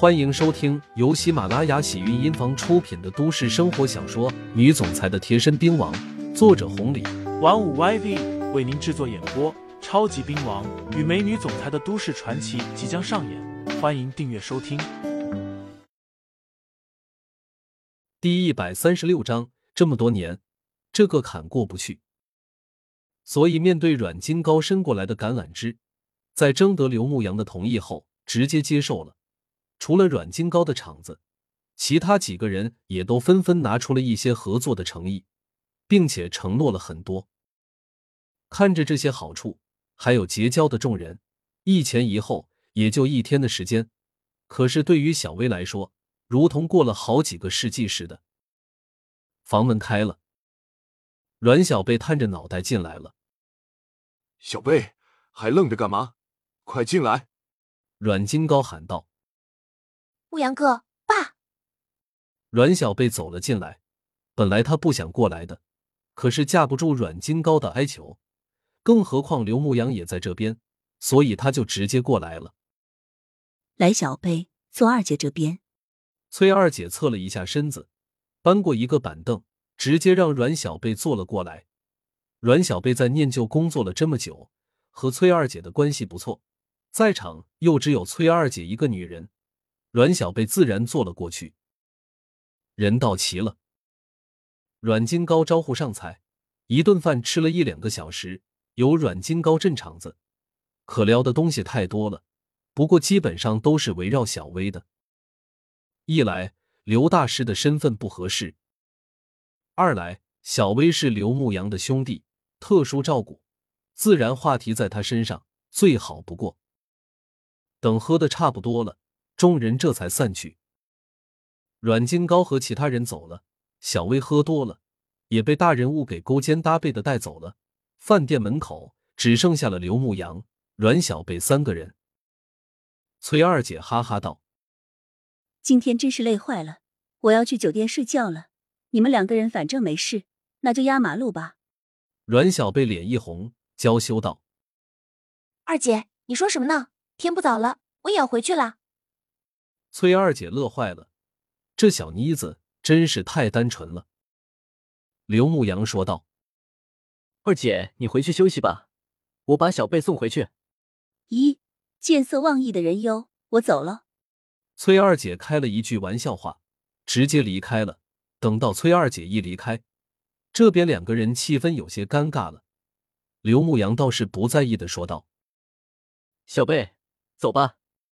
欢迎收听由喜马拉雅喜韵音房出品的都市生活小说《女总裁的贴身兵王》，作者红礼， 玩五 YV 为您制作演播。超级兵王与美女总裁的都市传奇即将上演，欢迎订阅收听。 第136章，这么多年，这个坎过不去。所以面对阮金高伸过来的橄榄枝，在征得刘牧阳的同意后，直接接受了。除了阮金高的场子，其他几个人也都纷纷拿出了一些合作的诚意，并且承诺了很多。看着这些好处，还有结交的众人，一前一后也就1天的时间，可是对于小薇来说，如同过了好几个世纪似的。房门开了，阮小贝探着脑袋进来了。 小贝，还愣着干嘛？快进来！ 阮金高喊道。 牧阳哥，爸！ 阮小贝走了进来，本来他不想过来的，可是架不住阮金高的哀求，更何况刘牧阳也在这边，所以他就直接过来了。 来，小贝，坐二姐这边。 崔二姐侧了一下身子，搬过一个板凳，直接让阮小贝坐了过来。阮小贝在念旧工作了这么久，和崔二姐的关系不错，在场又只有崔二姐一个女人，阮小贝自然坐了过去。人到齐了，阮金高招呼上菜，一顿饭吃了1-2个小时，由阮金高镇场子，可聊的东西太多了，不过基本上都是围绕小薇的。一来，刘大师的身份不合适；二来，小薇是刘牧阳的兄弟，特殊照顾，自然话题在他身上最好不过。等喝的差不多了，众人这才散去。阮金高和其他人走了，小薇喝多了，也被大人物给勾肩搭背的带走了。饭店门口只剩下了刘牧阳、阮小贝3个人。崔二姐哈哈道： 今天真是累坏了，我要去酒店睡觉了。你们2个人反正没事，那就压马路吧。 阮小贝脸一红，娇羞道： 二姐，你说什么呢？天不早了，我也要回去了。 崔二姐乐坏了，这小妮子真是太单纯了。刘牧阳说道： 二姐，你回去休息吧，我把小贝送回去。 咦，见色忘义的人哟，我走了。 崔二姐开了一句玩笑话，直接离开了。等到崔二姐一离开，这边2个人气氛有些尴尬了。刘牧阳倒是不在意的说道： 小贝，走吧。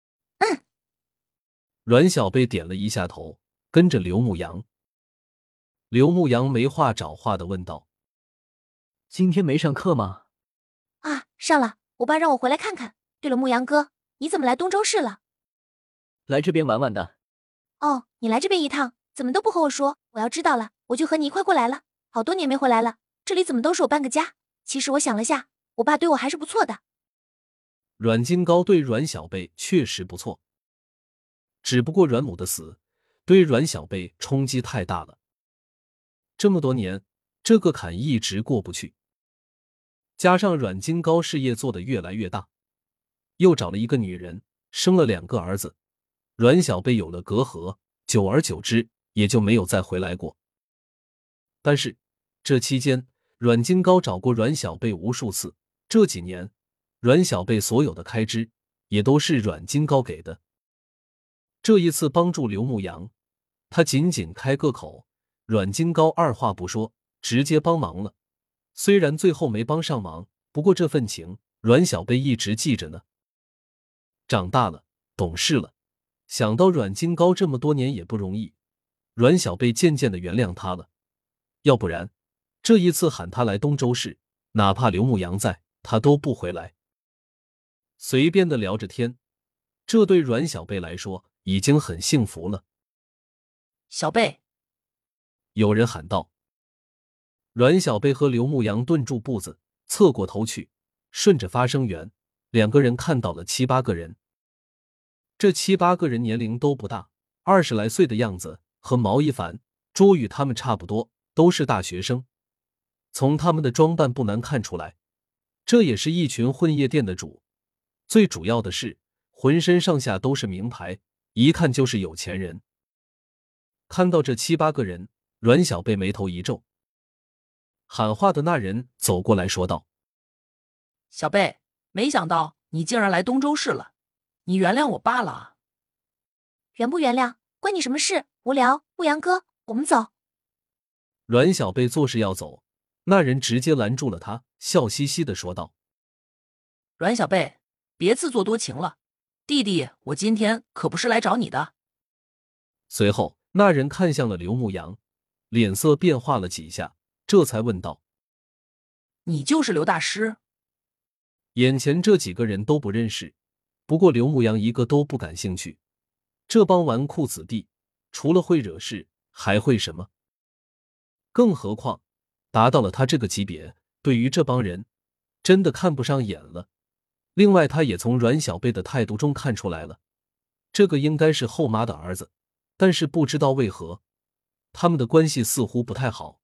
阮小贝点了一下头，跟着刘牧阳。刘牧阳没话找话的问道： 今天没上课吗？ 啊，上了，我爸让我回来看看。对了，牧阳哥，你怎么来东州市了？ 来这边玩玩的。 哦，你来这边一趟，怎么都不和我说？我要知道了，我就和你一块过来了。好多年没回来了，这里怎么都是我半个家？其实我想了下，我爸对我还是不错的。 阮金高对阮小贝确实不错，只不过阮母的死对阮小贝冲击太大了。这么多年，这个坎一直过不去，加上阮金高事业做得越来越大，又找了一个女人，生了2个儿子，阮小贝有了隔阂，久而久之也就没有再回来过。但是这期间，阮金高找过阮小贝无数次，这几年阮小贝所有的开支也都是阮金高给的。这一次帮助刘牧阳，他仅仅开个口，阮金高二话不说直接帮忙了。虽然最后没帮上忙，不过这份情阮小贝一直记着呢。长大了，懂事了，想到阮金高这么多年也不容易，阮小贝渐渐的原谅他了。要不然这一次喊他来东州市，哪怕刘牧阳在，他都不回来。随便的聊着天，这对阮小贝来说已经很幸福了。 小贝， 有人喊道。阮小贝和刘牧阳顿住步子，侧过头去，顺着发声源，2个人看到了7、8个人。这7、8个人年龄都不大，20来岁的样子，和毛一凡、卓宇他们差不多，都是大学生。从他们的装扮不难看出来，这也是一群混夜店的主。最主要的是，浑身上下都是名牌， 一看就是有钱人。看到这7、8个人，阮小贝眉头一皱。喊话的那人走过来说道：“ 小贝，没想到你竟然来东州市了，你原谅我罢了啊。” 原不原谅关你什么事？无聊，牧羊哥，我们走。 阮小贝做事要走，那人直接拦住了他，笑嘻嘻地说道：“ 阮小贝，别自作多情了，弟弟，我今天可不是来找你的。” 随后，那人看向了刘牧阳，脸色变化了几下，这才问道：“ 你就是刘大师？” 眼前这几个人都不认识，不过刘牧阳一个都不感兴趣。这帮纨绔子弟，除了会惹事，还会什么？更何况，达到了他这个级别，对于这帮人，真的看不上眼了。另外，他也从阮小贝的态度中看出来了，这个应该是后妈的儿子，但是不知道为何，他们的关系似乎不太好。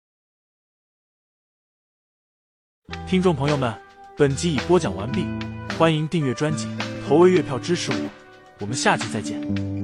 听众朋友们，本集已播讲完毕，欢迎订阅专辑，投喂月票支持我，我们下集再见。